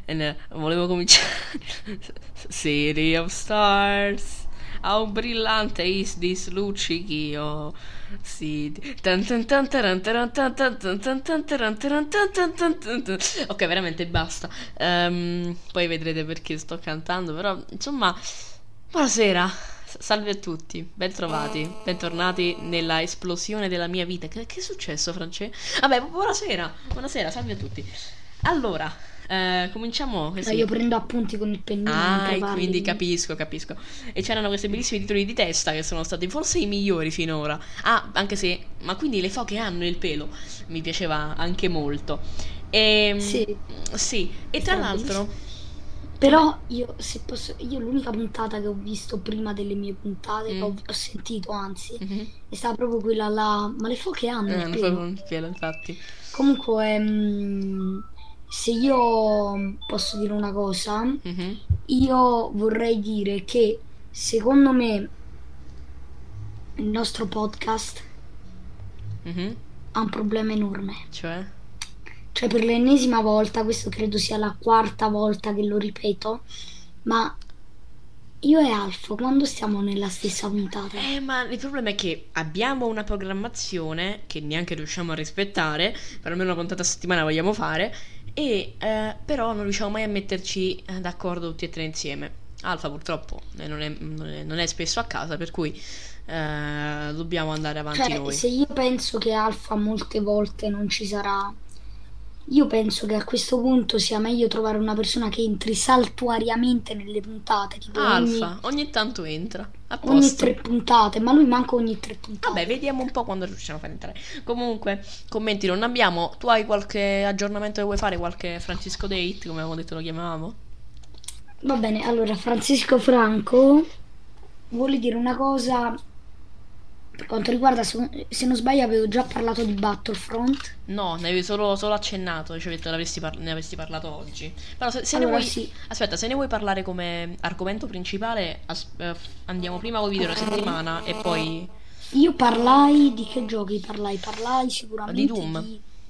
Volevo cominciare. City of Stars. How brillante is this luccichio. Sì. Ok, veramente basta. Poi vedrete perché sto cantando. Però, insomma, buonasera. Salve a tutti, bentrovati, bentornati nella esplosione della mia vita. Che è successo, France? Vabbè, buonasera, buonasera, salve a tutti. Allora, cominciamo Io così. prendo appunti con il pennino Ah, mentre e parli, quindi quindi... capisco. E c'erano questi bellissimi titoli di testa che sono stati forse i migliori finora. Ah, anche se. Ma quindi le foche hanno il pelo. Mi piaceva anche molto. E. Sì, Sì, e è tra stata bellissima. l'altro. Vabbè. Però io, se posso, io l'unica puntata che ho visto prima delle mie puntate, che Mm, ho sentito anzi, mhm. è stata proprio quella là. Ma le foche hanno il Non proprio pelo. un pelo, infatti. Comunque, se io posso dire una cosa, Mhm, io vorrei dire che secondo me il nostro podcast mhm. ha un problema enorme. Cioè? Cioè, per l'ennesima volta, questo credo sia la quarta volta che lo ripeto, ma io e Alfo, quando stiamo nella stessa puntata? Ma il problema è che abbiamo una programmazione che neanche riusciamo a rispettare, per almeno una puntata a settimana vogliamo fare, e però non riusciamo mai a metterci d'accordo tutti e tre insieme. Alfa purtroppo non è spesso a casa, per cui dobbiamo andare avanti Cioè, noi. se io penso che Alfa molte volte non ci sarà, io penso che a questo punto sia meglio trovare una persona che entri saltuariamente nelle puntate, tipo Alfa, ogni tanto entra, a ogni posto. tre puntate, ma lui manca ogni tre Vabbè, puntate. vediamo un po' quando riusciamo a far entrare. Comunque, commenti non abbiamo. Tu hai qualche aggiornamento che vuoi fare? Qualche Francisco Date, come avevamo detto lo chiamavamo? Va bene, allora Francisco Franco vuole dire una cosa per quanto riguarda, se non sbaglio, avevo già parlato di Battlefront. No, ne avevi solo accennato, cioè ne avresti parlato oggi. Però se ne Allora vuoi. sì, Aspetta, se ne vuoi parlare come argomento principale, andiamo prima con i video della settimana e poi. io parlai di che giochi parlai? Parlai Di sicuramente Doom.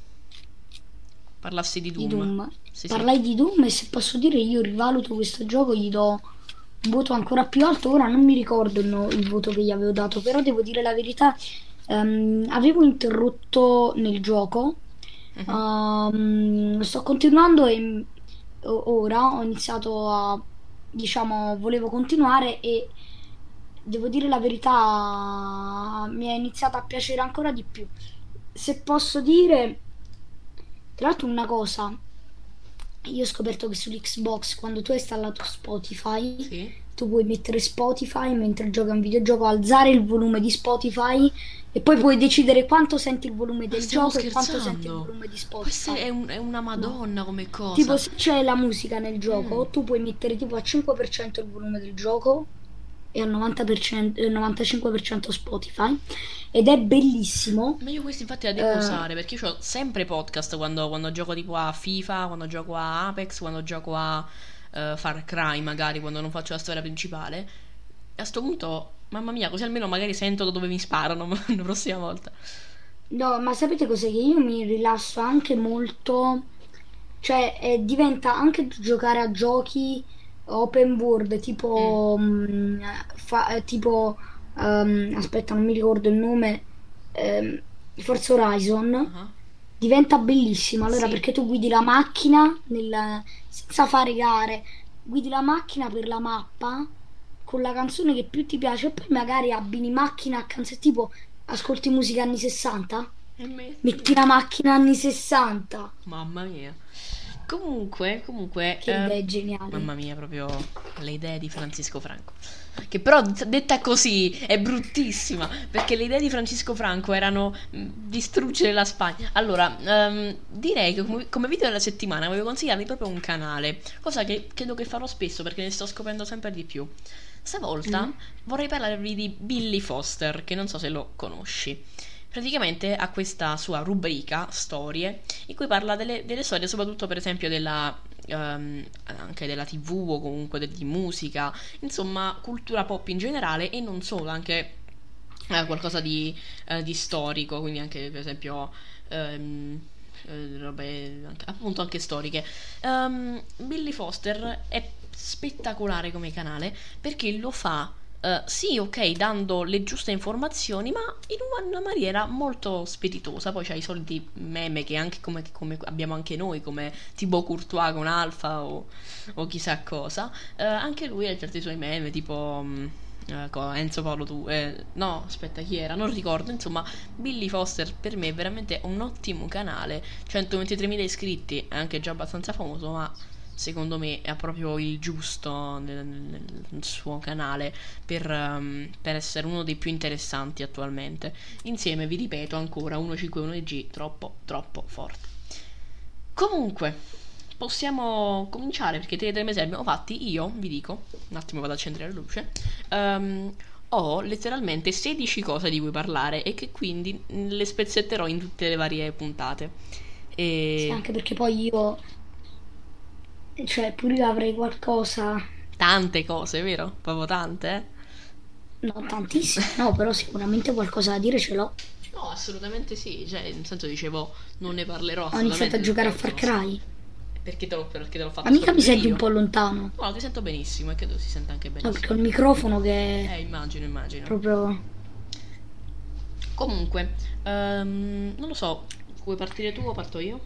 Parlassi di di Doom. Doom. Sì, sì. Parlai di Doom e se posso dire io rivaluto questo gioco, gli do un voto ancora più alto. Ora non mi ricordo il voto che gli avevo dato, però devo dire la verità, avevo interrotto nel gioco, Mhm. sto continuando e ora ho iniziato a, diciamo, volevo continuare e devo dire la verità, mi è iniziata a piacere ancora di più. Se posso dire, tra l'altro una cosa, io ho scoperto che sull'Xbox quando tu hai installato Spotify, Sì. tu puoi mettere Spotify mentre giochi a un videogioco, alzare il volume di Spotify e poi puoi decidere quanto senti il volume Ma del stiamo gioco e quanto senti il scherzando? volume di Questa Spotify. è una No. madonna come Tipo, cosa. se c'è la musica nel Mm. gioco, tu puoi mettere tipo a 5% il volume del gioco e al 90%, 95% Spotify ed è bellissimo. Ma io questi infatti la devo Eh, usare perché io ho sempre podcast quando gioco tipo a FIFA, quando gioco a Apex, quando gioco a Far Cry magari, quando non faccio la storia principale. E a sto punto, mamma mia, così almeno magari sento da dove mi sparano la prossima volta. no, ma sapete cos'è che io mi rilasso anche molto, cioè diventa anche giocare a giochi open world Mm. tipo, tipo aspetta, non mi ricordo il nome, ehm, Forza Horizon, Ah. diventa bellissimo. Allora, Sì. perché tu guidi la macchina senza fare gare, guidi la macchina per la mappa con la canzone che più ti piace e poi magari abbini macchina a canzone tipo ascolti musica anni 60? E metti. Metti la macchina anni 60. Mamma mia. Comunque, Che idee geniali. mamma mia, proprio le idee di Francisco Franco. Che però detta così è bruttissima, perché le idee di Francisco Franco erano distruggere la Spagna. Allora, direi che come video della settimana voglio consigliarvi proprio un canale, cosa che credo che farò spesso perché ne sto scoprendo sempre di più. Stavolta Mm? vorrei parlarvi di Billy Foster, che non so se lo conosci. Praticamente ha questa sua rubrica, storie, in cui parla delle storie, soprattutto per esempio anche della TV o comunque di musica, insomma, cultura pop in generale e non solo, anche qualcosa di storico, quindi anche per esempio ehm, robe appunto anche storiche. Billy Foster è spettacolare come canale perché lo fa, sì, ok, dando le giuste informazioni, ma in una maniera molto spiritosa. Poi c'ha i soliti meme che anche come abbiamo anche noi, come Thibaut Courtois con Alpha o chissà cosa. Anche lui ha certi suoi meme, tipo Enzo Paolo tu. No, aspetta, chi era? Non ricordo. Insomma, Billy Foster per me è veramente un ottimo canale. 123.000 iscritti, è anche già abbastanza famoso, ma secondo me ha proprio il giusto nel suo canale per essere uno dei più interessanti attualmente. Insieme, vi ripeto ancora, 151G, troppo, troppo forte. Comunque, possiamo cominciare perché tre mesi li abbiamo fatti. Io vi dico, un attimo vado a accendere la luce. Ho letteralmente 16 cose di cui parlare e che quindi le spezzetterò in tutte le varie puntate. Sì, anche perché poi io, cioè, pure io avrei qualcosa, Tante cose, vero? Proprio tante, eh? no, tantissimo, no, però sicuramente qualcosa da dire ce l'ho. No, assolutamente sì. Cioè, nel senso dicevo, non ne parlerò Ho iniziato assolutamente a giocare a tutte Far le cose. Cry. Perché te l'ho fatto Ma mica mi scoprire senti un io. po' lontano? No, ti sento benissimo e credo si senta anche No, perché benissimo. ho il microfono che è Immagino. proprio... Comunque, non lo so, vuoi partire tu o parto io?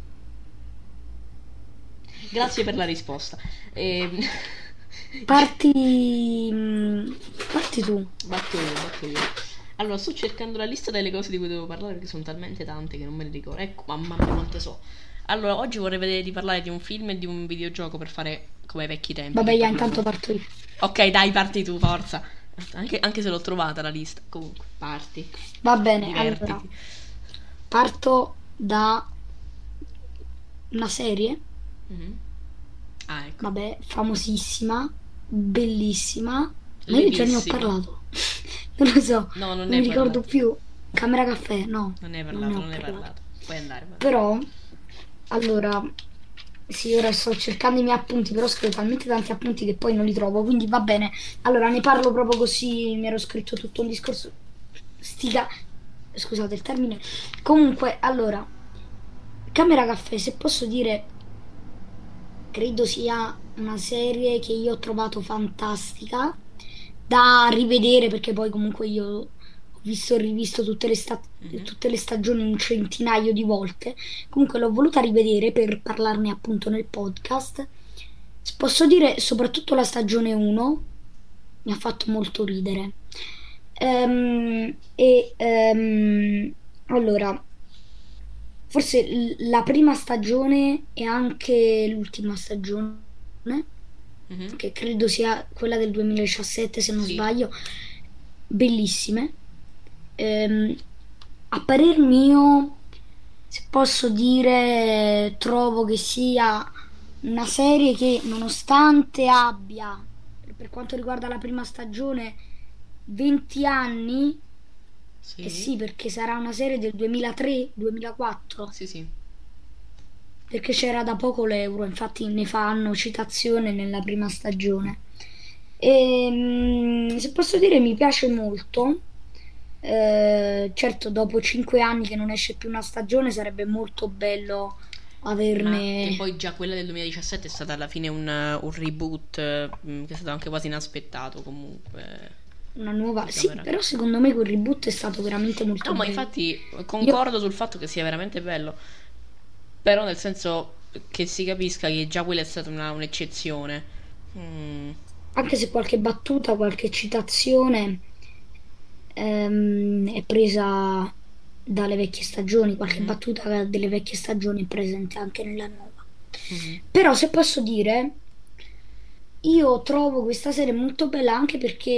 Grazie per la risposta. Ehm, Parti... Parti tu. batto io. Allora, sto cercando la lista delle cose di cui devo parlare perché sono talmente tante che non me le ricordo. Ecco, mamma mia, quante so. Allora, oggi vorrei vedere di parlare di un film e di un videogioco per fare come ai vecchi tempi. Vabbè, che io parlavo. intanto parto io. Ok, dai, parti tu, forza. Anche se l'ho trovata la lista. Comunque, parti. Va bene, allora, Divertiti. parto da una serie, Mhm. Ah, ecco. vabbè, famosissima, bellissima, ma io già ne ho Levissima. parlato. Non lo so, No, non non ne mi hai ricordo parlato. più. Camera Caffè, no, Non ne hai non parlato, ne ho non ne hai parlato. parlato. Puoi andare, vai. Però, allora, sì, ora sto cercando i miei appunti, però scrivo talmente tanti appunti che poi non li trovo, quindi va bene. Allora, ne parlo proprio così, mi ero scritto tutto un discorso. Stica... Scusate il termine. Comunque, allora, Camera Caffè, se posso dire, credo sia una serie che io ho trovato fantastica da rivedere perché poi comunque io ho visto e rivisto Mhm. tutte le stagioni un centinaio di volte. Comunque l'ho voluta rivedere per parlarne appunto nel podcast. Posso dire soprattutto la stagione 1 mi ha fatto molto ridere. Allora, forse la prima stagione e anche l'ultima stagione, Mhm. che credo sia quella del 2017 se non Sì. sbaglio, bellissime. Ehm, a parer mio, se posso dire, trovo che sia una serie che nonostante abbia, per quanto riguarda la prima stagione, 20 anni, eh Sì. sì, perché sarà una serie del 2003-2004, Sì. perché c'era da poco l'Euro, infatti ne fanno citazione nella prima stagione. Se posso dire, mi piace molto. Certo, dopo 5 anni che non esce più una stagione, sarebbe molto bello Ma che averne poi già quella del 2017 è stata alla fine un reboot che è stato anche quasi inaspettato comunque. una nuova. Di Sì, Camera. però secondo me quel reboot è stato veramente molto No, ma bello. infatti Io, concordo sul fatto che sia veramente bello. Però nel senso che si capisca che già quella è stata un'eccezione. Mm. anche se qualche battuta, qualche citazione è presa dalle vecchie stagioni, qualche Mhm. battuta delle vecchie stagioni è presente anche nella nuova. Mhm. Però se posso dire, io trovo questa serie molto bella anche perché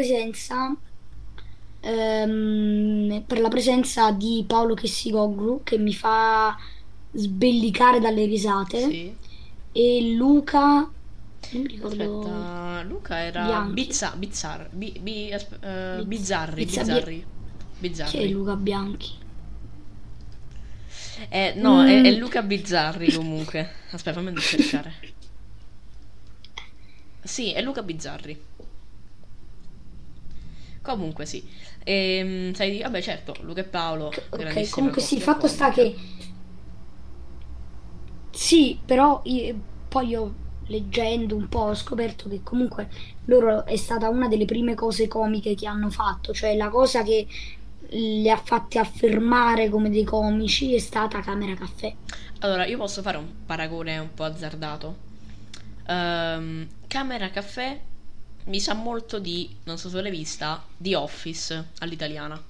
per la presenza di Paolo Chessigoglu che mi fa sbellicare dalle risate Sì. e Luca, non mi ricordo, Aspetta, Luca era Bianchi. Bizzarri, Bizza- Bi- Bizzarri. Chi è Bizzarri. Luca Bianchi? No, è Mm, Luca Bizzarri comunque. Aspetta, fammi andare a cercare. Sì, è Luca Bizzarri. Comunque sì. Sai, vabbè certo, Luca e Paolo, ok, grandissima comunque sì, il coppia fatto sta comica. che Sì, però poi io leggendo un po' ho scoperto che comunque loro è stata una delle prime cose comiche che hanno fatto, cioè la cosa che li ha fatti affermare come dei comici è stata Camera Caffè. Allora, io posso fare un paragone un po' azzardato. Camera Caffè mi sa molto di, non so se l'hai vista, The Office all'italiana.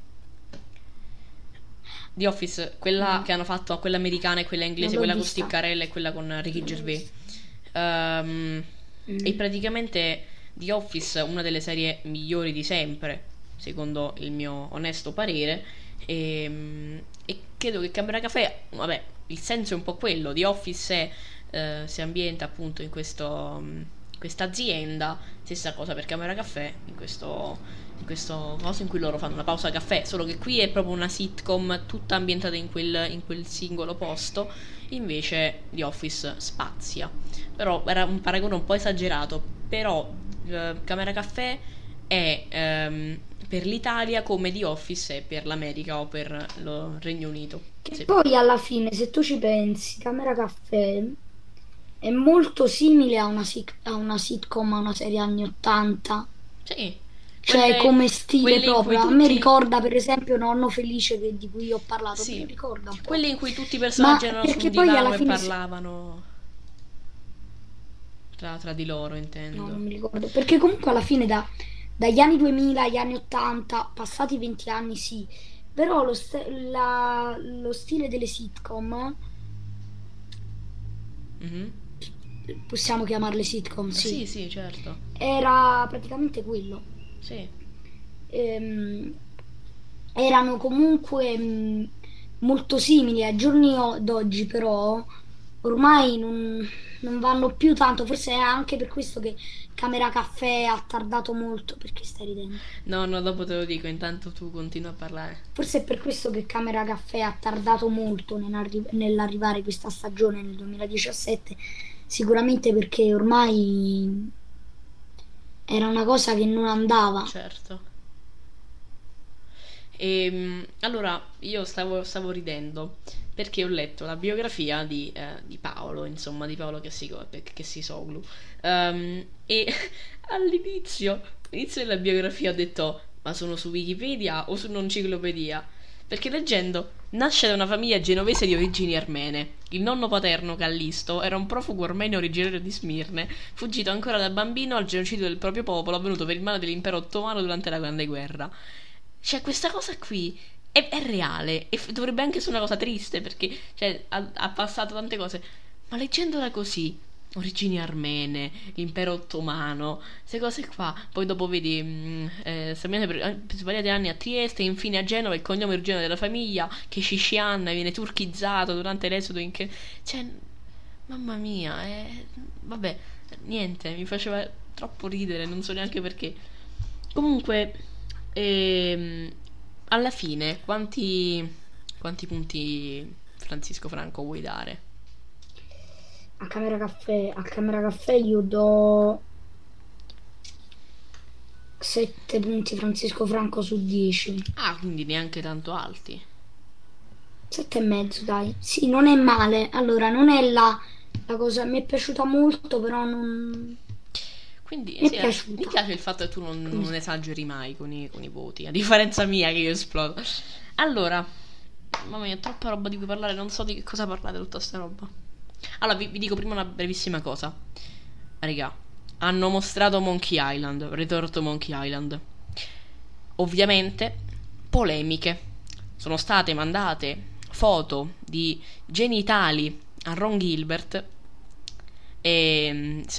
The Office, quella No, che hanno fatto, quella americana e quella non inglese, l'ho quella con Steve vista. Carell e quella con Ricky Gervais. Ehm, e Mm. praticamente The Office, una delle serie migliori di sempre, secondo il mio onesto parere. E credo che Camera Caffè, vabbè, il senso è un po' quello. The Office si ambienta appunto in questa azienda, stessa cosa per Camera Caffè, in questo coso in cui loro fanno una pausa caffè, solo che qui è proprio una sitcom tutta ambientata in quel singolo posto, invece The Office spazia. Però era un paragone un po' esagerato, però Camera Caffè è per l'Italia come The Office è per l'America o per lo Regno Unito. Che Sì. poi alla fine, se tu ci pensi, Camera Caffè è molto simile a una sitcom, a una serie anni 80. Sì, Cioè, quelle, come stile quelle in cui proprio. A me tutti. ricorda, per esempio, Nonno Felice di cui ho parlato. Me lo Sì, ricorda un po'. quelle in cui tutti i Ma personaggi erano su un perché poi alla divano e fine. parlavano tra di loro, No, non intendo. mi ricordo. Perché comunque alla fine dagli anni 2000 agli anni 80, passati 20 anni, sì. Però lo stile delle sitcom, Mhm. possiamo chiamarle sitcom, sì, Sì, sì, certo. era praticamente quello. Sì. Ehm, Erano comunque molto simili ai d'oggi, però ormai non vanno più tanto. Forse è anche per questo che Camera Caffè ha tardato molto. Perché stai ridendo? No, no, dopo te lo dico, intanto tu continua a parlare. Forse è per questo che Camera Caffè ha tardato molto nell'arrivare questa stagione nel 2017. Sicuramente perché ormai era una cosa che non andava. Certo. Allora, io stavo ridendo perché ho letto la biografia di Paolo, insomma, di Paolo Kessisoglu. E all'inizio della biografia ho detto, ma sono su Wikipedia o su un'enciclopedia? Perché leggendo, nasce da una famiglia genovese di origini armene. Il nonno paterno, Callisto, era un profugo armenio originario di Smirne, fuggito ancora da bambino al genocidio del proprio popolo avvenuto per il mano dell'impero ottomano durante la Grande Guerra. Cioè, questa cosa qui è reale e dovrebbe anche essere una cosa triste perché cioè, ha passato tante cose. Ma leggendola così, origini armene, l'impero ottomano, queste cose qua, poi dopo vedi Samione per svariati anni a Trieste e infine a Genova il cognome originale della famiglia, che Shishian viene turchizzato durante l'esodo in che. Cioè, mamma mia, vabbè, niente, mi faceva troppo ridere, non so neanche perché. Comunque, ehm, alla fine, quanti punti Francisco Franco vuoi dare? A Camera Caffè io do 7 punti Francisco Franco su 10. Ah, quindi neanche tanto alti. 7 e mezzo, dai. Sì, non è male. Allora, non è la cosa. Mi è piaciuta molto, però non. Quindi, Mi è sì, mi piaciuta. piace il fatto che tu non, Come non si- esageri mai con i voti, a differenza mia che io esplodo. Allora, mamma mia, troppa roba di cui parlare, non so di che cosa parlare tutta sta roba. Allora, vi dico prima una brevissima cosa. Raga, hanno mostrato Monkey Island, Return to Monkey Island. Ovviamente, polemiche. Sono state mandate foto di genitali a Ron Gilbert e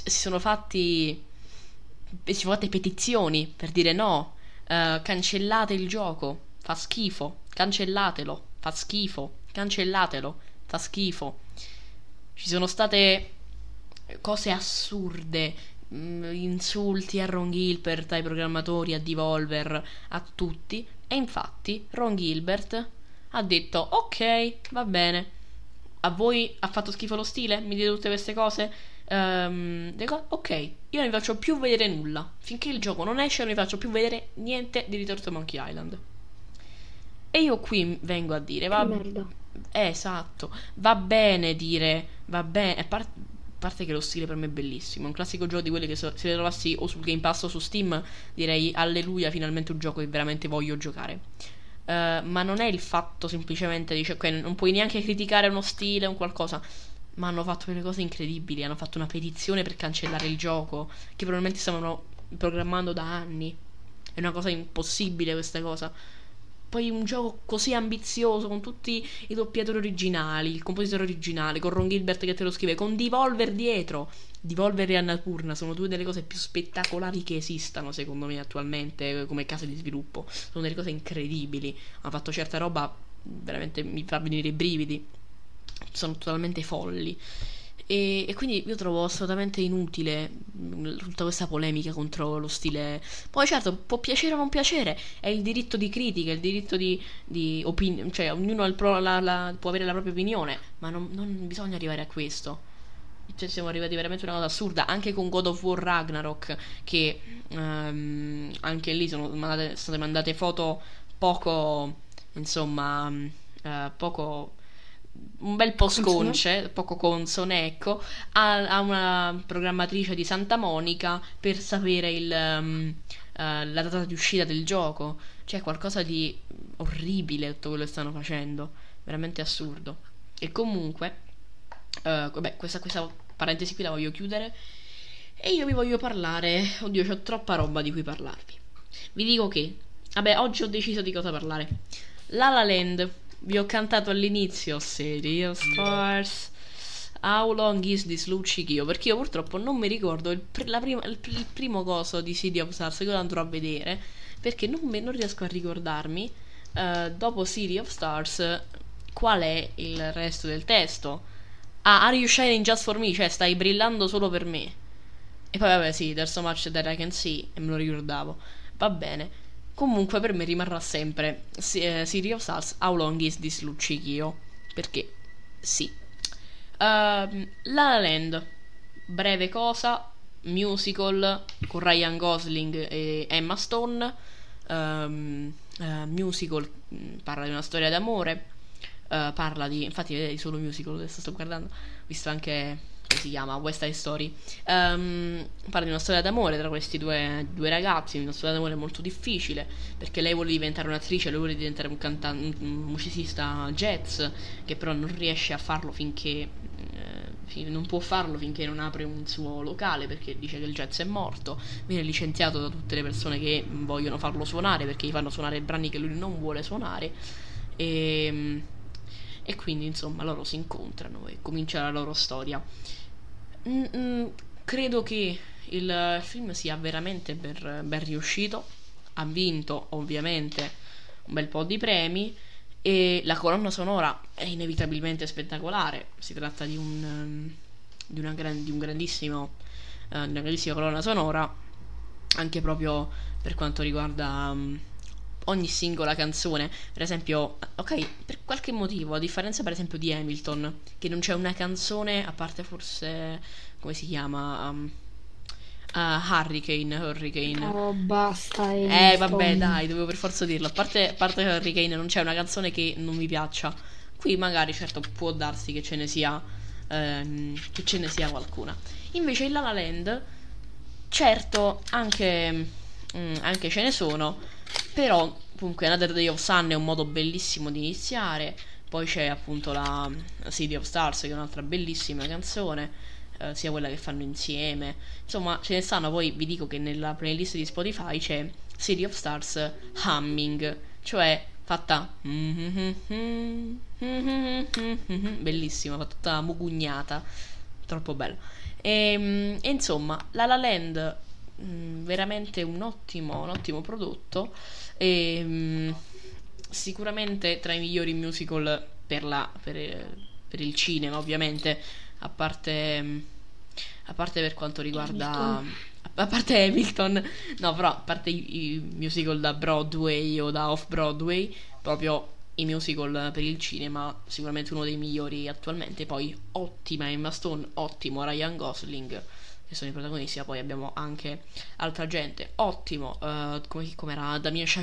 si sono fatte petizioni per dire no, cancellate il gioco, fa schifo, cancellatelo, fa schifo, cancellatelo, fa schifo. Ci sono state cose assurde, insulti a Ron Gilbert, ai programmatori, a Devolver, a tutti. E infatti Ron Gilbert ha detto ok, va bene. A voi ha fatto schifo lo stile? Mi dite tutte queste cose? Ok, io non vi faccio più vedere nulla. Finché il gioco non esce, non vi faccio più vedere niente di Return to Monkey Island. E io qui vengo a dire, Che va, merda. Esatto, va bene dire, va bene, a parte che lo stile per me è bellissimo, è un classico gioco di quelli che se lo trovassi o sul Game Pass o su Steam direi alleluia, finalmente un gioco che veramente voglio giocare. Ma non è il fatto semplicemente di, cioè, non puoi neanche criticare uno stile o un qualcosa, ma hanno fatto delle cose incredibili, hanno fatto una petizione per cancellare il gioco, che probabilmente stavano programmando da anni. È una cosa impossibile questa cosa. Poi un gioco così ambizioso, con tutti i doppiatori originali, il compositore originale, con Ron Gilbert che te lo scrive, con Devolver dietro. Devolver e Annapurna sono due delle cose più spettacolari che esistano, secondo me, attualmente, come case di sviluppo. Sono delle cose incredibili. Hanno fatto certa roba, veramente mi fa venire i brividi. Sono totalmente folli. E quindi io trovo assolutamente inutile tutta questa polemica contro lo stile. Poi certo, può piacere o non piacere, è il diritto di critica, è il diritto di opinione, cioè ognuno ha può avere la propria opinione, ma non bisogna arrivare a questo. Cioè siamo arrivati veramente a una cosa assurda, anche con God of War Ragnarok, che anche lì sono state mandate foto poco, insomma, poco, un bel po' sconce, poco consone, ecco, a una programmatrice di Santa Monica per sapere la data di uscita del gioco. Cioè qualcosa di orribile tutto quello che stanno facendo, veramente assurdo. E comunque, vabbè, questa parentesi qui la voglio chiudere. E io vi voglio parlare. Oddio, c'ho troppa roba di cui parlarvi. Vi dico che, vabbè, oggi ho deciso di cosa parlare. La La Land. Vi ho cantato all'inizio City of Stars. How long is this luccichio? Perché io purtroppo non mi ricordo il primo coso di City of Stars che lo andrò a vedere. Perché non riesco a ricordarmi, dopo City of Stars, qual è il resto del testo. Ah, Are You Shining Just For Me? Cioè stai brillando solo per me. E poi vabbè sì, There's So Much That I Can See. E me lo ricordavo. Va bene. Comunque per me rimarrà sempre City of Stars, How Long Is This Luccichio? Perché sì. La La Land, breve cosa, musical con Ryan Gosling e Emma Stone. Musical, parla di una storia d'amore. Parla di, infatti vedete solo musical adesso sto guardando, visto anche come si chiama West Side Story. Parla di una storia d'amore tra questi due ragazzi, una storia d'amore molto difficile perché lei vuole diventare un'attrice, lui vuole diventare un cantante, un musicista jazz, che però non riesce a farlo finché non può farlo finché non apre un suo locale, perché dice che il jazz è morto. Viene licenziato da tutte le persone che vogliono farlo suonare perché gli fanno suonare brani che lui non vuole suonare. E quindi insomma loro si incontrano e comincia la loro storia. Credo che il film sia veramente ben riuscito. Ha vinto ovviamente un bel po' di premi e la colonna sonora è inevitabilmente spettacolare. Si tratta di una grandissima colonna sonora, anche proprio per quanto riguarda ogni singola canzone. Per esempio, ok, per qualche motivo, a differenza per esempio di Hamilton, che non c'è una canzone, a parte forse, come si chiama, Hurricane. Oh, basta. Vabbè, dai, dovevo per forza dirlo. A parte Hurricane, non c'è una canzone che non mi piaccia. Qui magari, certo, può darsi che ce ne sia qualcuna. Invece in La La Land, certo, anche ce ne sono, però comunque Another Day of Sun è un modo bellissimo di iniziare. Poi c'è appunto la City of Stars, che è un'altra bellissima canzone, sia quella che fanno insieme. Insomma, ce ne stanno. Poi vi dico che nella playlist di Spotify c'è City of Stars Humming, cioè fatta bellissima, fatta tutta mugugnata, troppo bella. E insomma, La La Land, veramente un ottimo prodotto e sicuramente tra i migliori musical per il cinema, ovviamente, a parte per quanto riguarda a parte Hamilton, no, però a parte i musical da Broadway o da off-Broadway, proprio i musical per il cinema, sicuramente uno dei migliori attualmente. Poi ottima Emma Stone, ottimo Ryan Gosling, che sono i protagonisti, ma poi abbiamo anche altra gente. Ottimo, come era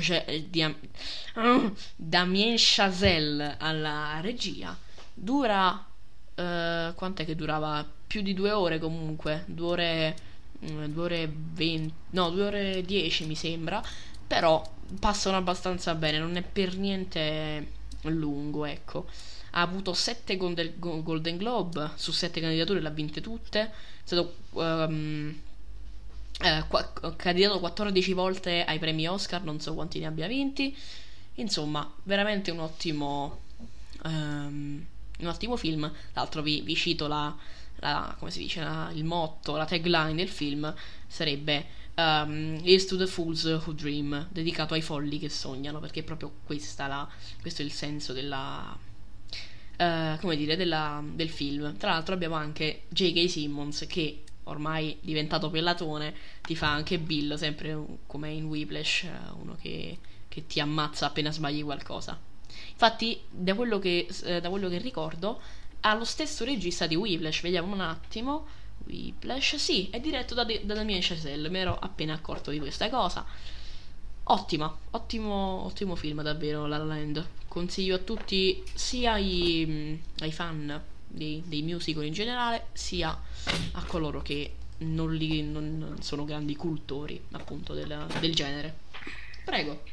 Damien Chazelle alla regia. Dura, quant'è che durava? Più di 2 ore comunque, 2 ore 20, no, 2 ore 10 mi sembra, però passano abbastanza bene, non è per niente lungo, ecco. Ha avuto 7 Golden Globe, su 7 candidature le ha vinte tutte, è stato candidato 14 volte ai premi Oscar, non so quanti ne abbia vinti. Insomma, veramente un ottimo film. Tra l'altro vi cito come si dice, il motto, la tagline del film sarebbe Here's to the Fools Who Dream, dedicato ai folli che sognano, perché è proprio questo è il senso come dire, del film. Tra l'altro abbiamo anche J.K. Simmons, che ormai diventato pellatone, ti fa anche Bill, sempre come in Whiplash, uno che ti ammazza appena sbagli qualcosa. Infatti, da quello che ricordo, ha lo stesso regista di Whiplash. Vediamo un attimo. Whiplash, sì, è diretto da Damien Chazelle. Mi ero appena accorto di questa cosa. Ottimo film, davvero. La La Land. Consiglio a tutti, sia ai fan dei musical in generale, sia a coloro che non sono grandi cultori, appunto, del genere. Prego.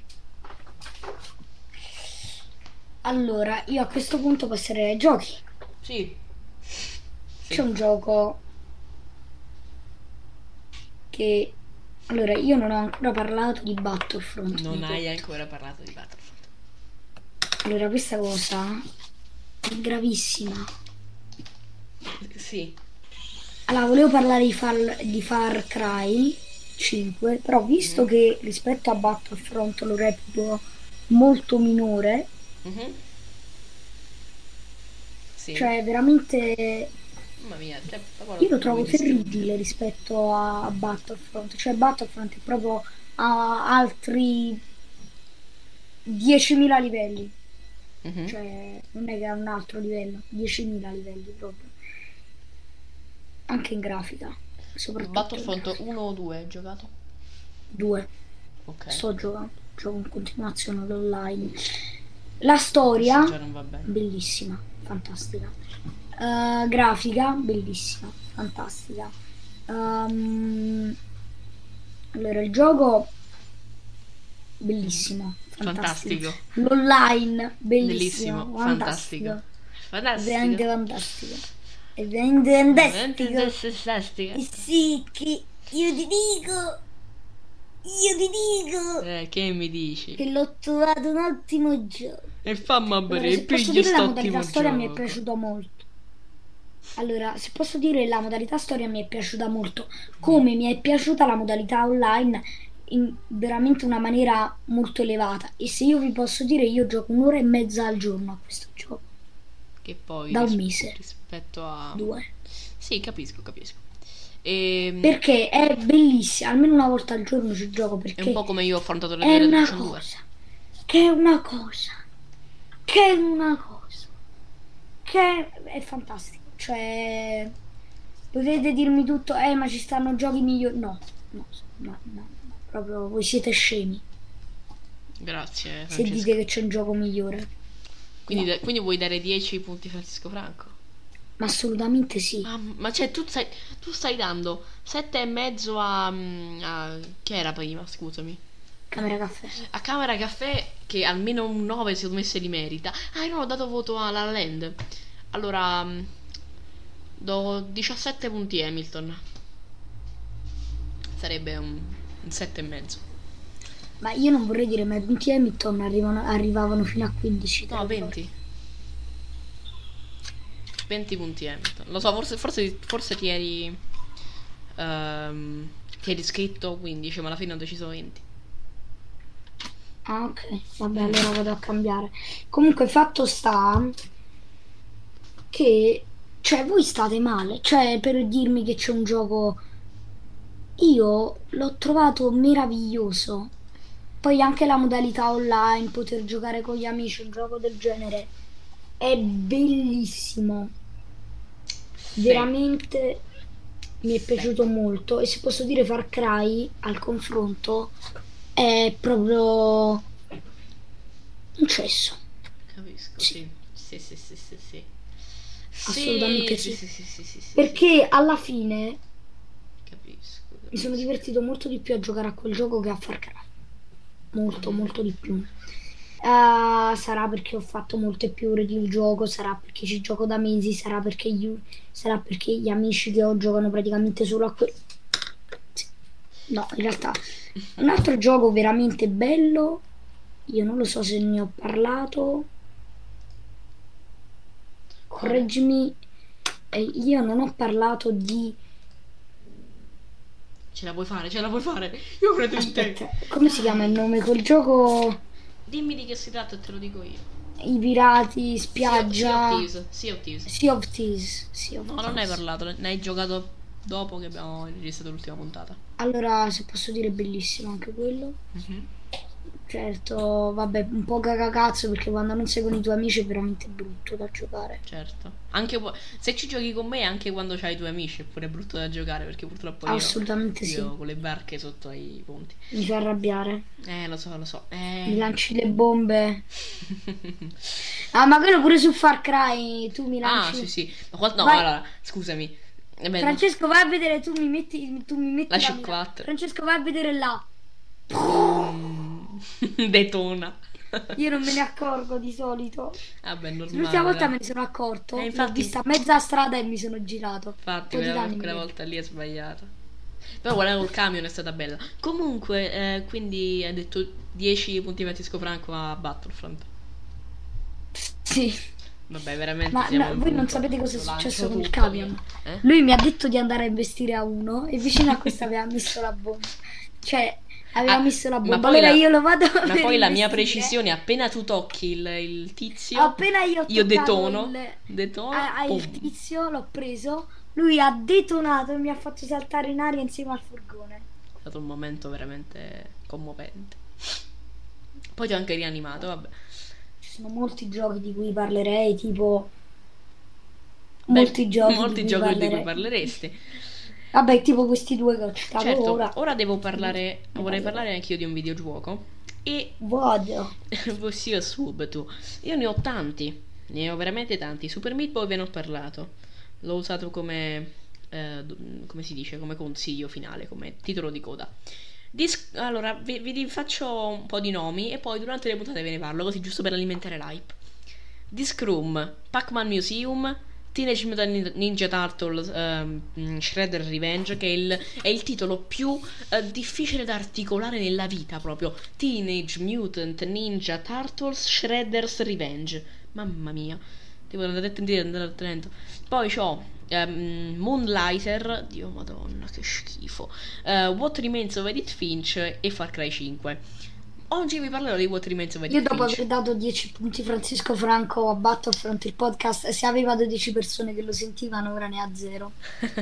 Allora, io a questo punto passerei ai giochi. Sì. C'è un gioco che... Allora, io non ho ancora parlato di Battlefront. Non hai ancora parlato di Battlefront. Allora, questa cosa è gravissima. Sì. Allora, volevo parlare di Far Cry 5, però visto che rispetto a Battlefront lo reputo molto minore, Mhm. Sì. cioè veramente Mamma mia, io lo trovo vuoi distruggere? terribile rispetto a Battlefront, cioè Battlefront è proprio a altri 10.000 livelli, Mhm. cioè non è che è un altro livello, 10.000 livelli proprio, anche in grafica, soprattutto in Battlefront grafica. 1 o 2 hai giocato? 2. Ok. Sto giocando, gioco in continuazione all'online. La Questo storia, già non va bene. bellissima, fantastica. Grafica, bellissima, fantastica. Allora, il gioco, bellissimo, fantastico. Fantastico. L'online, Bellissimo. bellissimo, Fantastico. fantastico. Veramente Fantastico. fantastico. È veramente Veramente fantastico. fantastico. E sì, che io ti dico Che mi dici? che l'ho trovato un ottimo gioco. E fammi Allora, bere, se posso piglio dire, la modalità st'ottimo storia mi è gioco. piaciuta molto. Allora, se posso dire, la modalità storia mi è piaciuta molto, come mi è piaciuta la modalità online in veramente una maniera molto elevata. E se io vi posso dire, io gioco 1 ora e mezza al giorno a questo gioco, Che poi da un mese, rispetto a... 2. Sì, capisco. E Perché è bellissima, almeno una volta al giorno ci gioco è un perché po' come io ho affrontato Red è Dead una Redemption 2. cosa, che è una cosa, che è una cosa, che è fantastico. Cioè, potete dirmi tutto, ma ci stanno giochi migliori. No, no, no, no, no, proprio voi siete scemi Grazie, se dite Francesco. che c'è un gioco migliore. Quindi, No, quindi vuoi dare 10 punti a Francisco Franco? ma assolutamente sì. Ma cioè tu stai dando 7,5 chi era prima, scusami? Camera caffè. A Camera Caffè, che almeno un 9 secondo me se li merita. Ah, io non ho dato voto a La La Land. Allora, do 17 punti Hamilton. Sarebbe un 7,5. Ma io non vorrei dire, ma i punti Hamilton arrivavano fino a 15, te No, lo ricordo. 20. 20 punti Hamilton. Lo so, forse ti eri scritto 15, ma alla fine ho deciso 20. Ah, ok, vabbè, allora vado a cambiare. Comunque, fatto sta che, cioè, voi state male. Cioè, per dirmi che c'è un gioco, io l'ho trovato meraviglioso. Poi anche la modalità online, poter giocare con gli amici, un gioco del genere, è bellissimo. Sì. Veramente mi è piaciuto molto, e se posso dire Far Cry al confronto è proprio un cesso. Capisco, Sì, sì. Sì, sì, sì, sì, sì. Sì, assolutamente sì, sì. sì, sì, sì, sì, sì, sì, Perché alla fine capisco, mi sono capisco. divertito molto di più a giocare a quel gioco che a Far Cry. Molto, Mhm. molto di più. Sarà perché ho fatto molte più ore di gioco, sarà perché ci gioco da mesi, sarà perché gli amici che ho giocano praticamente solo a quello. Sì. No, in realtà un altro gioco veramente bello, io non lo so se ne ho parlato, Quale? correggimi, io non ho parlato di... Ce la puoi fare, ce la puoi fare. Io credo in te. Aspetta, come si chiama il Dai. nome? Quel gioco, Dimmi di che si tratta e te lo dico io. i pirati, Sea of spiaggia, Thieves, Sea of Thieves. Sea of Thieves, Sea of No, non ne hai Thieves. parlato, ne hai giocato dopo che abbiamo registrato l'ultima puntata. Allora, se posso dire, è bellissimo anche quello. Mhm. Certo, vabbè, un po' cagacazzo perché quando non sei con i tuoi amici è veramente brutto da giocare. Certo. Anche se ci giochi con me, anche quando c'hai i tuoi amici, è pure brutto da giocare perché purtroppo Assolutamente sì, io con le barche sotto ai ponti. mi fa arrabbiare. Lo so, lo so. Mi lanci le bombe. Ah, ma quello pure su Far Cry, tu mi Ah, sì, lanci. sì. Ma no, Vai, allora, scusami. Vabbè, Francesco, vai a vedere, tu mi metti la lascio mira. 4. Francesco, vai a vedere là. Boom. Detona. Io non me ne accorgo di solito. Vabbè, L'ultima normale, volta dai. me ne sono accorto, l'ho Infatti, vista a mezza strada e mi sono girato. Un infatti, po' di danni me quella ne... volta lì è sbagliata. Però quella col camion è stata bella. Comunque, quindi hai detto 10 punti Francisco Franco a Battlefront. Sì. Vabbè, veramente Ma siamo in voi non punto. sapete cosa è Lo lancio successo con il tutto, via. camion? Eh? Lui mi ha detto di andare a investire a uno e vicino a questo aveva messo la bomba. Cioè, aveva Ah, messo la ma bomba. poi Allora la, io lo vado ma per poi la mia investire. precisione, appena tu tocchi il tizio, Appena io ho io toccato detono, il boom. tizio, l'ho preso, lui ha detonato e mi ha fatto saltare in aria insieme al furgone. È stato un momento veramente commovente. Poi ti ho anche rianimato, vabbè. Ci sono molti giochi di cui parlerei, tipo Beh, molti giochi di molti cui giochi di cui parlerei. parleresti. Vabbè, tipo questi due che ho citato Certo, ora. ora Ne vorrei parlerò. parlare anch'io di un videogioco. E Vado. ossia subito. Io ne ho tanti, ne ho veramente tanti. Super Meat Boy ve ne ho parlato. L'ho usato come, come si dice, come consiglio finale, come titolo di coda. Allora, vi faccio un po' di nomi e poi durante le puntate ve ne parlo, così giusto per alimentare l'hype. Disc Room, Pac-Man Museum, Teenage Mutant Ninja Turtles, Shredder Revenge, che è il titolo più difficile da articolare nella vita proprio. Teenage Mutant Ninja Turtles Shredder's Revenge. Mamma mia, devo andare attento. Poi c'ho Moonlighter, Dio madonna, che schifo. What Remains of Edith Finch e Far Cry 5. Oggi vi parlerò di What Remains of Io Edith dopo Finch. aver dato 10 punti Francisco Franco a Battlefront il podcast, se aveva 12 persone che lo sentivano, ora ne ha 0.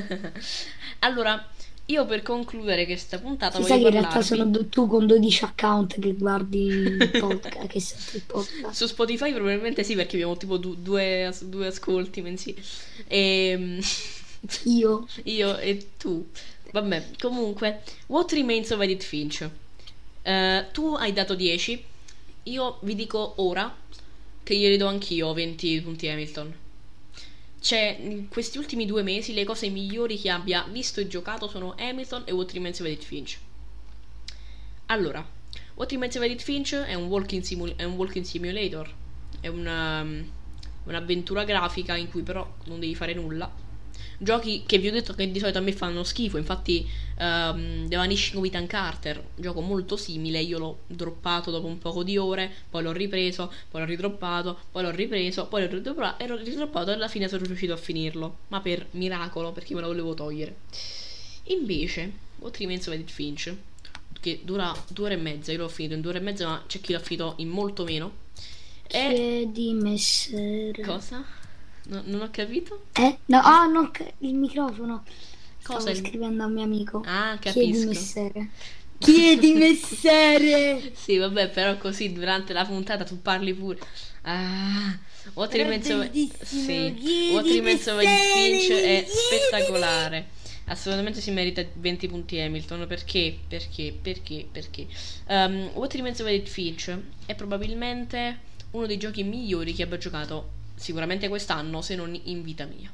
Allora, io per concludere questa puntata Si sa voglio che in realtà sono parlarvi. tu con 12 account che guardi il podcast, che senti il podcast. Su Spotify probabilmente sì, perché abbiamo tipo due ascolti mensili. E Io, io e tu. Vabbè, comunque, What Remains of Edith Finch. Tu hai dato 10. Io vi dico ora che glieli do anch'io 20 punti Hamilton. Cioè, in questi ultimi 2 mesi le cose migliori che abbia visto e giocato sono Hamilton e What Remains of Edith Finch. Allora, What Remains of Edith Finch è un walking simulator. È un'avventura grafica in cui però non devi fare nulla. Giochi che vi ho detto che di solito a me fanno schifo. Infatti The Vanishing of Ethan Carter, gioco molto simile. Io l'ho droppato dopo un poco di ore, poi l'ho ripreso, poi l'ho ridroppato, poi l'ho ripreso, poi l'ho ridroppato e alla fine sono riuscito a finirlo, ma per miracolo, perché me lo volevo togliere. Invece What Remains of Edith Finch, che dura 2 ore e mezza, io l'ho finito in 2 ore e mezza, ma c'è chi l'ha finito in molto meno. E chiedi messere. cosa? Non ho capito. No, ah, no, il microfono. Cosa Stavo scrivendo a un mio amico. Ah, Chiedi capisco. messere. Chiedi messere. Sì, vabbè, però così durante la puntata tu parli pure. Ah, Però è bellissimo. sì, Chiedi What Remains of Edith messere. Finch è Chiedi. spettacolare. Assolutamente si merita 20 punti Hamilton. Perché? Perché? What Remains of Edith Finch è probabilmente uno dei giochi migliori che abbia giocato sicuramente quest'anno, se non in vita mia.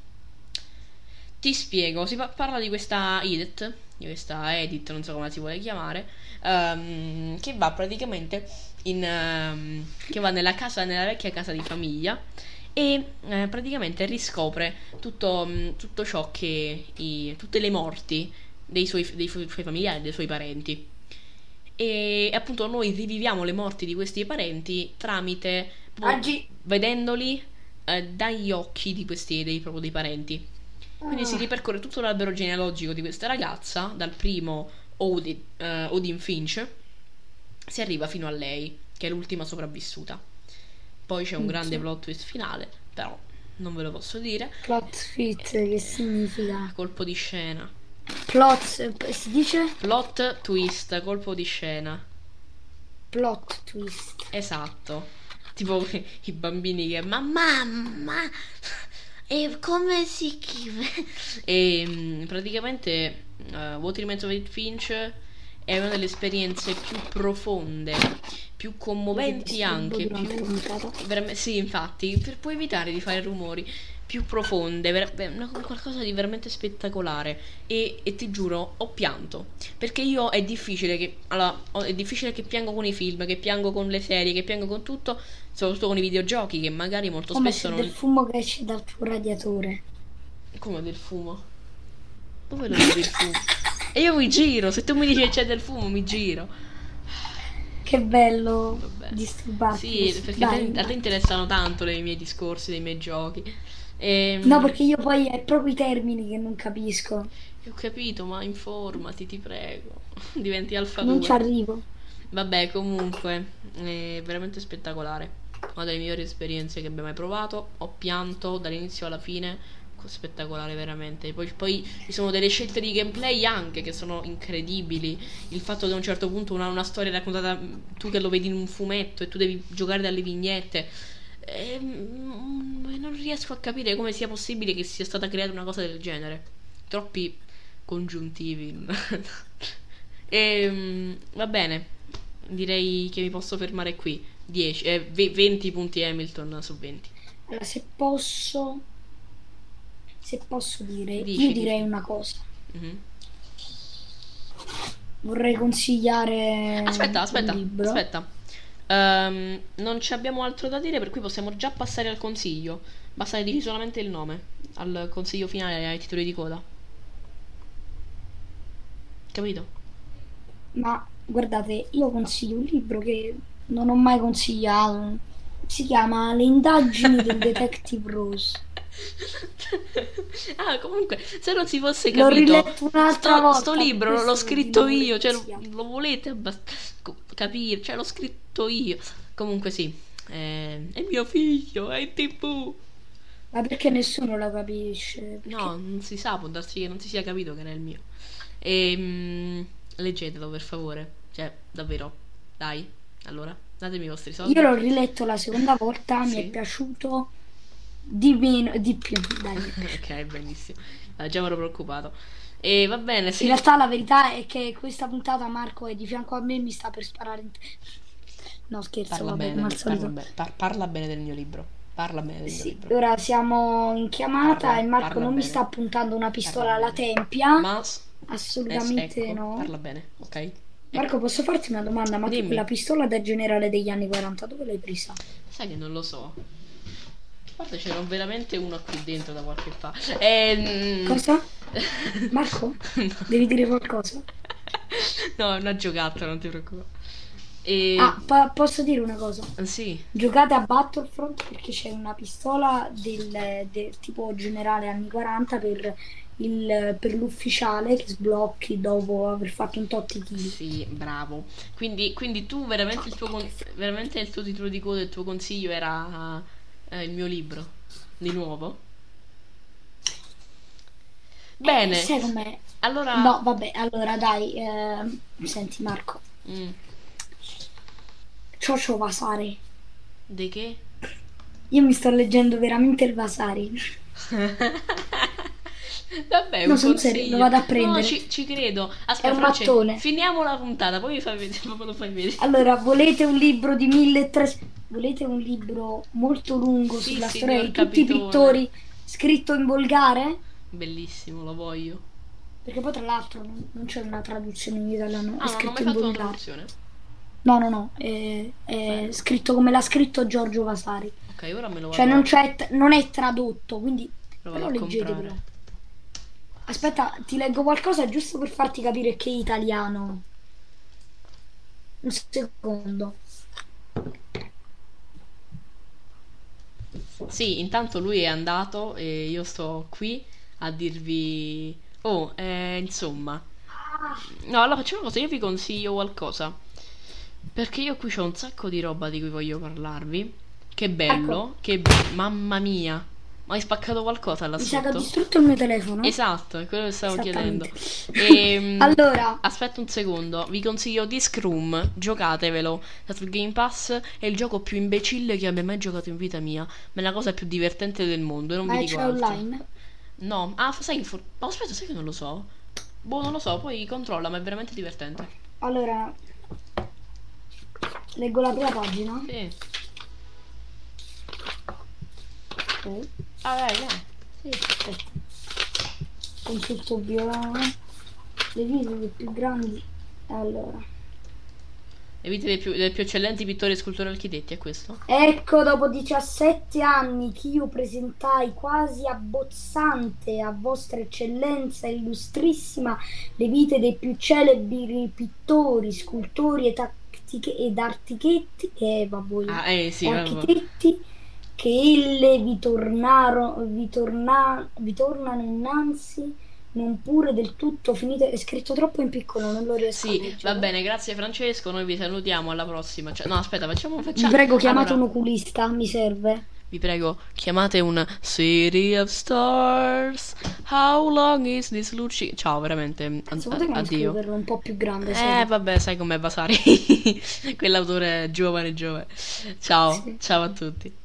Ti spiego, parla di questa Edith, non so come la si vuole chiamare, che va praticamente che va nella vecchia casa di famiglia e praticamente riscopre tutto ciò tutte le morti dei suoi familiari, dei suoi parenti. E appunto noi riviviamo le morti di questi parenti tramite Oggi. vedendoli dagli occhi proprio dei parenti. Quindi si ripercorre tutto l'albero genealogico di questa ragazza, dal primo Odin Finch, si arriva fino a lei, che è l'ultima sopravvissuta. Poi c'è un grande plot twist finale, però non ve lo posso dire. Plot fit, che significa? Colpo di scena. Plot, si dice? Plot twist, colpo di scena. Plot twist. Esatto. Tipo i bambini che mamma e come si chiama? E praticamente What Remains of Edith Finch è una delle esperienze più profonde, più commoventi anche, sì, infatti, puoi evitare di fare rumori, più profonde, qualcosa di veramente spettacolare. E ti giuro, ho pianto, perché io è difficile che piango con i film, che piango con le serie, che piango con tutto, soprattutto con i videogiochi, che magari molto Come spesso c'è non... del fumo che esce dal tuo radiatore. Come del fumo? Dove lo vedi il fumo? E io mi giro, se tu mi dici che c'è del fumo mi giro. Che bello. Vabbè. Disturbarti. Sì, perché a te interessano tanto i miei discorsi dei miei giochi. No, perché io poi è proprio i termini che non capisco. Ho capito, ma informati, ti prego. Diventi Alfa 2. Non ci arrivo. Vabbè, comunque, è veramente spettacolare. Una delle migliori esperienze che abbia mai provato. Ho pianto dall'inizio alla fine. Spettacolare veramente. Poi ci sono delle scelte di gameplay anche che sono incredibili. Il fatto che a un certo punto una storia raccontata, tu che lo vedi in un fumetto e tu devi giocare dalle vignette, non riesco a capire come sia possibile che sia stata creata una cosa del genere. Troppi congiuntivi. Va bene, direi che mi posso fermare qui. 20 punti Hamilton su 20. Allora, se posso dire, Dici, io dici. direi una cosa. Mhm. Vorrei consigliare Aspetta. un libro. Non ci abbiamo altro da dire, per cui possiamo già passare al consiglio. Basta che dici solamente il nome al consiglio finale, ai titoli di coda. Capito? Ma guardate, io consiglio un libro che non ho mai consigliato. Si chiama Le indagini del detective Rose. Ah, comunque, se non si fosse L'ho capito, riletto un'altra volta. sto libro questo l'ho scritto di io, cioè novelli. lo volete capire, cioè l'ho scritto io. Comunque sì, è mio figlio, è in TV. Ma perché nessuno la capisce? No, non si sa, può darsi che non si sia capito che era il mio. Leggetelo per favore, cioè davvero, dai, allora, datemi i vostri soldi. Io l'ho riletto la seconda volta, mi Sì. è piaciuto di meno, di più. Dai. Ok, benissimo. Già mi ero preoccupato. E va bene, In sì. realtà la verità è che questa puntata Marco è di fianco a me e mi sta per sparare in No, scherzo, Parla vabbè, bene, come al solito. parla bene del mio libro. Parla bene del mio Sì, libro. ora siamo in chiamata Parla- e Marco parla non mi bene. sta puntando una pistola Parla alla bene. tempia. Ma Assolutamente ecco, no. parla bene, ok? Marco, posso farti una domanda? Ma tu Dimmi. quella pistola da generale degli anni 40 dove l'hai presa? Sai che non lo so. Guarda, c'era veramente uno qui dentro da qualche parte. Cosa? Marco? No. Devi dire qualcosa? No, è una giocattolo, non ti preoccupare. Posso dire una cosa? Sì. Giocate a Battlefront perché c'è una pistola del tipo generale anni 40 per l'ufficiale che sblocchi dopo aver fatto un tot di kill. Sì, bravo. Quindi tu veramente veramente il tuo titolo di coda, il tuo consiglio era il mio libro, di nuovo? Bene. Sai com'è? Allora, No, vabbè, allora dai, senti Marco, mm, Cioccio Vasari. di che? Io mi sto leggendo veramente il Vasari. Vabbè, No, un sono serio, lo consiglio. vado a No, prendere. ci credo. È Aspetta, un Francesco, mattone. finiamo la puntata, poi mi fai vedere, poi lo fai vedere. Allora, volete un libro di 1300? Volete un libro molto lungo Sì, sulla storia signor di tutti i Capitone. pittori scritto in volgare? Bellissimo, lo voglio. Perché poi tra l'altro non c'è una traduzione in italiano, è Ah, non ho mai scritto in fatto una volgare. traduzione. No, no, no, è Bello. scritto come l'ha scritto Giorgio Vasari. Ok, ora me lo Cioè vado, non è tradotto, quindi lo vado però a comprare. leggetevelo. Aspetta, ti leggo qualcosa giusto per farti capire che è italiano. Un secondo. Sì, intanto lui è andato e io sto qui a dirvi... Oh, insomma... No, allora facciamo una cosa, io vi consiglio qualcosa. Perché io qui c'ho un sacco di roba di cui voglio parlarvi. Che Ecco, bello, mamma mia. Ma hai spaccato qualcosa là mi sa che ho sotto? distrutto il mio telefono. Esatto, è quello che stavo chiedendo. Esattamente. Allora, Aspetta un secondo, vi consiglio Disc Room, giocatevelo. Dato il Game Pass è il gioco più imbecille che abbia mai giocato in vita mia. Ma è la cosa più divertente del mondo, e non vi ma dico c'è altro. online? No, sai che ma aspetta, sai che non lo so? Boh, non lo so, poi controlla, ma è veramente divertente. Allora, leggo la prima pagina. Sì. Ok. Ah, vai. Sì, aspetta. Consulto viola. Le visite più grandi. Allora. Le vite dei più eccellenti pittori, scultori e architetti, è questo? Ecco, dopo 17 anni che io presentai quasi abbozzante a vostra eccellenza illustrissima le vite dei più celebri pittori, scultori ed architetti, Ah, sì, vabbè. architetti che ille vi tornano innanzi, non pure del tutto finite. È scritto troppo in piccolo, non lo riesco a Sì, va leggere. bene, grazie Francesco, noi vi salutiamo, alla prossima. No, aspetta, Vi prego, chiamate Allora, un oculista, mi serve. vi prego, chiamate un City of Stars. How long is this Luci? Ciao, veramente, Secondo te non addio. scriverlo un po' più grande, serio? Vabbè, sai com'è Vasari. Quell'autore giovane, giovane. Ciao, Sì. ciao a tutti.